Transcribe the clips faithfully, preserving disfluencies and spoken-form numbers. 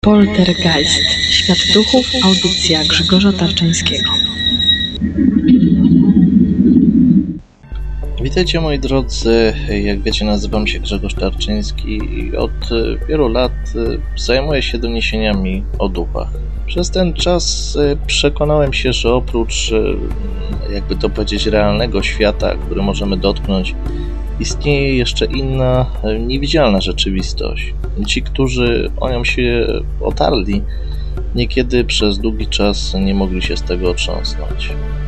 Poltergeist. Świat duchów. Audycja Grzegorza Tarczyńskiego. Witajcie moi drodzy, jak wiecie, nazywam się Grzegorz Tarczyński i od wielu lat zajmuję się doniesieniami o duchach. Przez ten czas przekonałem się, że oprócz, jakby to powiedzieć, realnego świata, który możemy dotknąć, istnieje jeszcze inna, niewidzialna rzeczywistość. Ci, którzy o nią się otarli, niekiedy przez długi czas nie mogli się z tego otrząsnąć.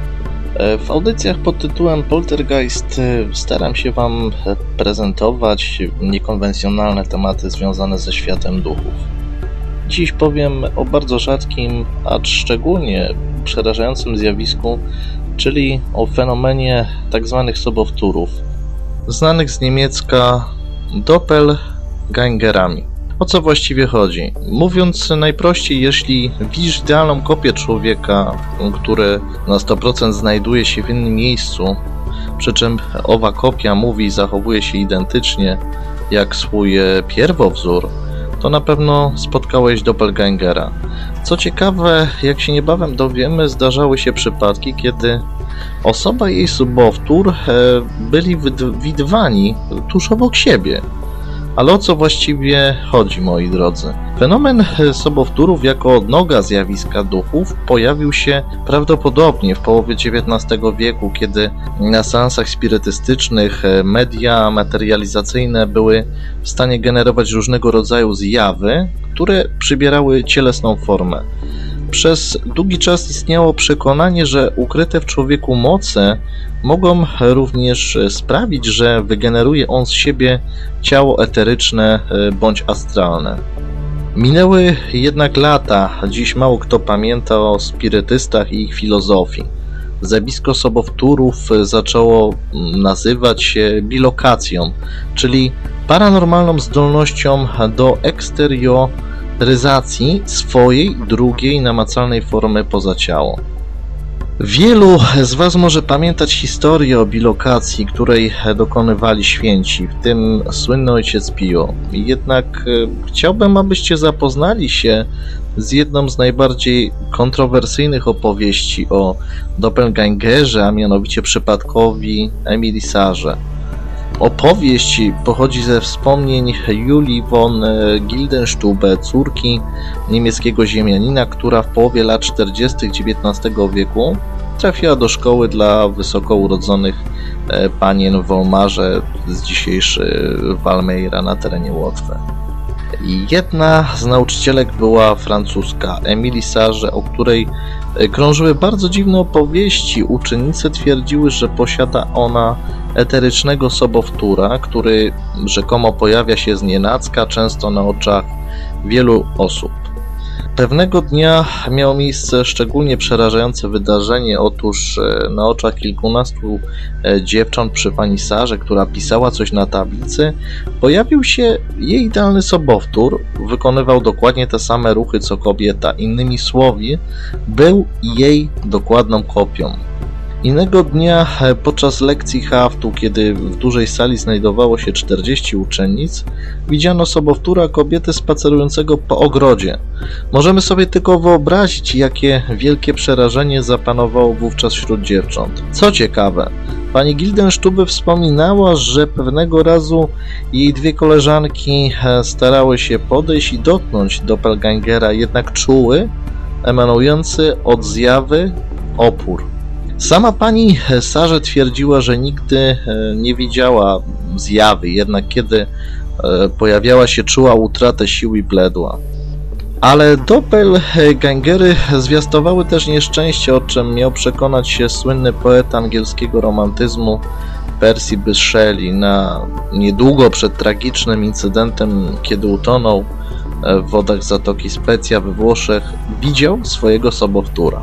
W audycjach pod tytułem Poltergeist staram się Wam prezentować niekonwencjonalne tematy związane ze światem duchów. Dziś powiem o bardzo rzadkim, acz szczególnie przerażającym zjawisku, czyli o fenomenie tzw. sobowtórów, znanych z niemiecka doppelgangerami. O co właściwie chodzi? Mówiąc najprościej, jeśli widzisz idealną kopię człowieka, który na sto procent znajduje się w innym miejscu, przy czym owa kopia mówi i zachowuje się identycznie jak swój pierwowzór, to na pewno spotkałeś doppelgangera. Co ciekawe, jak się niebawem dowiemy, zdarzały się przypadki, kiedy osoba i jej sobowtór byli widywani tuż obok siebie. Ale o co właściwie chodzi, moi drodzy? Fenomen sobowtórów jako odnoga zjawiska duchów pojawił się prawdopodobnie w połowie dziewiętnastego wieku, kiedy na seansach spirytystycznych media materializacyjne były w stanie generować różnego rodzaju zjawy, które przybierały cielesną formę. Przez długi czas istniało przekonanie, że ukryte w człowieku moce mogą również sprawić, że wygeneruje on z siebie ciało eteryczne bądź astralne. Minęły jednak lata, dziś mało kto pamięta o spirytystach i ich filozofii. Zjawisko sobowtórów zaczęło nazywać się bilokacją, czyli paranormalną zdolnością do eksterioryzacji swojej drugiej namacalnej formy poza ciało. Wielu z Was może pamiętać historię o bilokacji, której dokonywali święci, w tym słynny ojciec Pio. Jednak chciałbym, abyście zapoznali się z jedną z najbardziej kontrowersyjnych opowieści o doppelgangerze, a mianowicie przypadkowi Emily Sarze. Opowieść pochodzi ze wspomnień Julii von Gildenstube, córki niemieckiego ziemianina, która w połowie lat czterdziestych dziewiętnastego wieku trafiła do szkoły dla wysoko urodzonych panien w Wolmarze, z dzisiejszy Valmeira na terenie Łotwy. Jedna z nauczycielek była francuska, Emily Sarze, o której krążyły bardzo dziwne opowieści. Uczennice twierdziły, że posiada ona eterycznego sobowtóra, który rzekomo pojawia się znienacka, często na oczach wielu osób. Pewnego dnia miało miejsce szczególnie przerażające wydarzenie. Otóż na oczach kilkunastu dziewcząt przy pani Sarze, która pisała coś na tablicy, pojawił się jej idealny sobowtór. Wykonywał dokładnie te same ruchy co kobieta. Innymi słowy, był jej dokładną kopią. Innego dnia podczas lekcji haftu, kiedy w dużej sali znajdowało się czterdzieści uczennic, widziano sobowtóra kobiety spacerującego po ogrodzie. Możemy sobie tylko wyobrazić, jakie wielkie przerażenie zapanowało wówczas wśród dziewcząt. Co ciekawe, pani Gildenstube wspominała, że pewnego razu jej dwie koleżanki starały się podejść i dotknąć doppelgangera, jednak czuły emanujący od zjawy opór. Sama pani Sarze twierdziła, że nigdy nie widziała zjawy, jednak kiedy pojawiała się, czuła utratę sił i bledła. Ale doppelgangery zwiastowały też nieszczęście, o czym miał przekonać się słynny poeta angielskiego romantyzmu Percy Bysshe Shelley na niedługo przed tragicznym incydentem, kiedy utonął w wodach Zatoki Specja we Włoszech, widział swojego sobowtóra.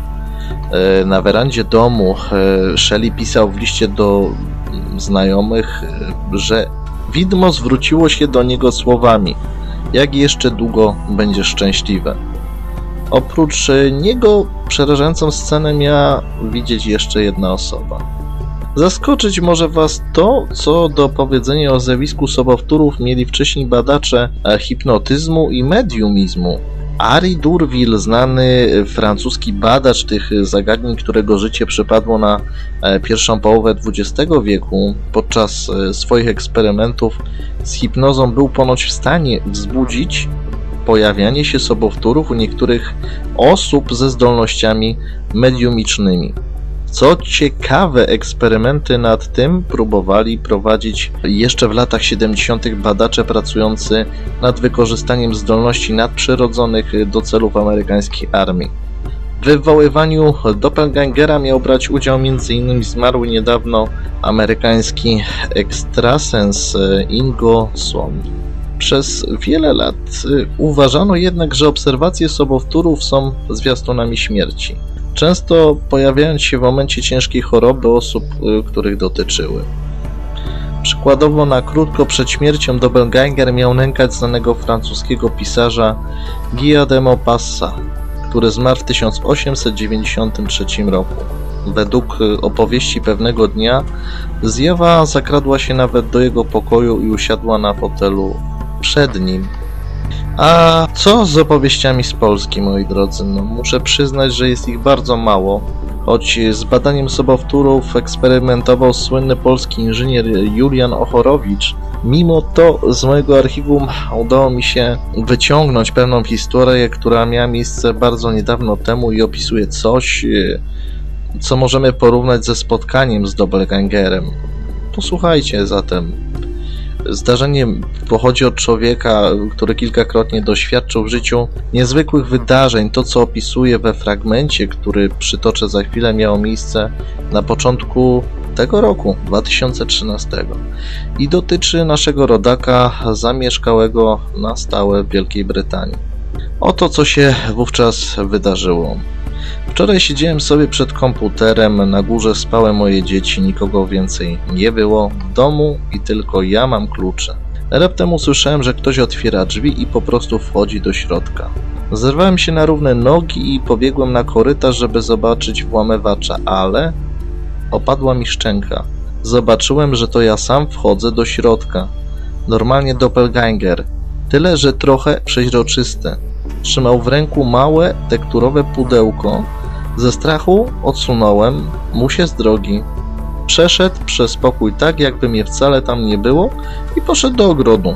Na werandzie domu Shelley pisał w liście do znajomych, że widmo zwróciło się do niego słowami: jak jeszcze długo będzie szczęśliwe. Oprócz niego przerażającą scenę miała widzieć jeszcze jedna osoba. Zaskoczyć może Was to, co do powiedzenia o zjawisku sobowtórów mieli wcześniej badacze hipnotyzmu i mediumizmu. Henri Durville, znany francuski badacz tych zagadnień, którego życie przypadło na pierwszą połowę dwudziestego wieku, podczas swoich eksperymentów z hipnozą był ponoć w stanie wzbudzić pojawianie się sobowtórów u niektórych osób ze zdolnościami mediumicznymi. Co ciekawe, eksperymenty nad tym próbowali prowadzić jeszcze w latach siedemdziesiątych badacze pracujący nad wykorzystaniem zdolności nadprzyrodzonych do celów amerykańskiej armii. W wywoływaniu doppelgangera miał brać udział między innymi zmarły niedawno amerykański ekstrasens Ingo Swann. Przez wiele lat uważano jednak, że obserwacje sobowtórów są zwiastunami śmierci, często pojawiając się w momencie ciężkiej choroby osób, których dotyczyły. Przykładowo na krótko przed śmiercią doppelganger miał nękać znanego francuskiego pisarza Guillaume de Maupassant, który zmarł w tysiąc osiemset dziewięćdziesiątym trzecim roku. Według opowieści pewnego dnia zjawa zakradła się nawet do jego pokoju i usiadła na fotelu przed nim. A co z opowieściami z Polski, moi drodzy? No, muszę przyznać, że jest ich bardzo mało. Choć z badaniem sobowtórów eksperymentował słynny polski inżynier Julian Ochorowicz, mimo to z mojego archiwum udało mi się wyciągnąć pewną historię, która miała miejsce bardzo niedawno temu i opisuje coś, co możemy porównać ze spotkaniem z doppelgangerem. Posłuchajcie zatem. Zdarzenie pochodzi od człowieka, który kilkakrotnie doświadczył w życiu niezwykłych wydarzeń. To, co opisuję we fragmencie, który przytoczę za chwilę, miało miejsce na początku tego roku, dwa tysiące trzynastego, i dotyczy naszego rodaka zamieszkałego na stałe w Wielkiej Brytanii. Oto, co się wówczas wydarzyło. Wczoraj siedziałem sobie przed komputerem, na górze spały moje dzieci, nikogo więcej nie było w domu i tylko ja mam klucze. Raptem usłyszałem, że ktoś otwiera drzwi i po prostu wchodzi do środka. Zerwałem się na równe nogi i pobiegłem na korytarz, żeby zobaczyć włamywacza, ale opadła mi szczęka. Zobaczyłem, że to ja sam wchodzę do środka. Normalnie doppelganger, tyle że trochę przeźroczysty. Trzymał w ręku małe, tekturowe pudełko. Ze strachu odsunąłem mu się z drogi. Przeszedł przez pokój tak, jakby mnie wcale tam nie było i poszedł do ogrodu.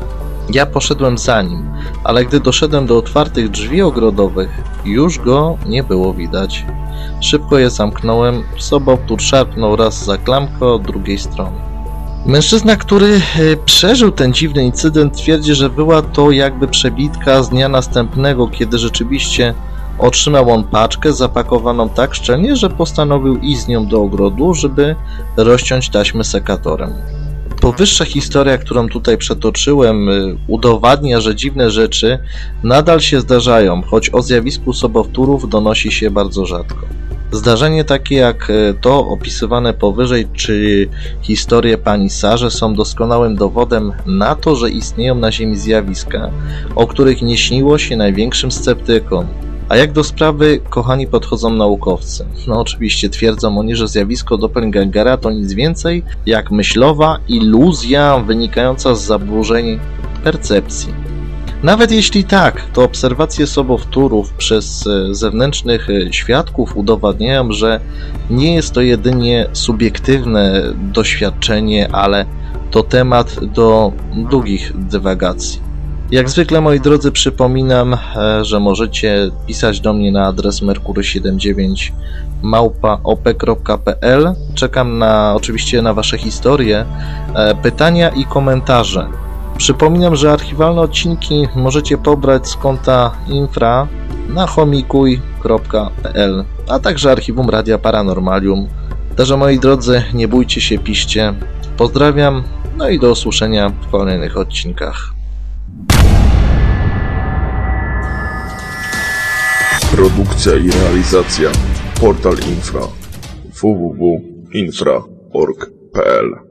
Ja poszedłem za nim, ale gdy doszedłem do otwartych drzwi ogrodowych, już go nie było widać. Szybko je zamknąłem, sobowtór szarpnął raz za klamkę od drugiej strony. Mężczyzna, który przeżył ten dziwny incydent, twierdzi, że była to jakby przebitka z dnia następnego, kiedy rzeczywiście otrzymał on paczkę zapakowaną tak szczelnie, że postanowił iść z nią do ogrodu, żeby rozciąć taśmę sekatorem. Powyższa historia, którą tutaj przetoczyłem, udowadnia, że dziwne rzeczy nadal się zdarzają, choć o zjawisku sobowtórów donosi się bardzo rzadko. Zdarzenie takie jak to opisywane powyżej, czy historie pani Sarze są doskonałym dowodem na to, że istnieją na Ziemi zjawiska, o których nie śniło się największym sceptykom. A jak do sprawy, kochani, podchodzą naukowcy? No oczywiście twierdzą oni, że zjawisko doppelgangera to nic więcej jak myślowa iluzja wynikająca z zaburzeń percepcji. Nawet jeśli tak, to obserwacje sobowtórów przez zewnętrznych świadków udowadniają, że nie jest to jedynie subiektywne doświadczenie, ale to temat do długich dywagacji. Jak zwykle, moi drodzy, przypominam, że możecie pisać do mnie na adres merkury siedemdziesiąt dziewięć małpa o p kropka p l. Czekam na, oczywiście na Wasze historie, pytania i komentarze. Przypominam, że archiwalne odcinki możecie pobrać z konta infra na chomikuj kropka p l, a także archiwum Radia Paranormalium. Także, moi drodzy, nie bójcie się, piszcie. Pozdrawiam, no i do usłyszenia w kolejnych odcinkach. Produkcja i realizacja Portal Infra w w w kropka infra kropka org kropka p l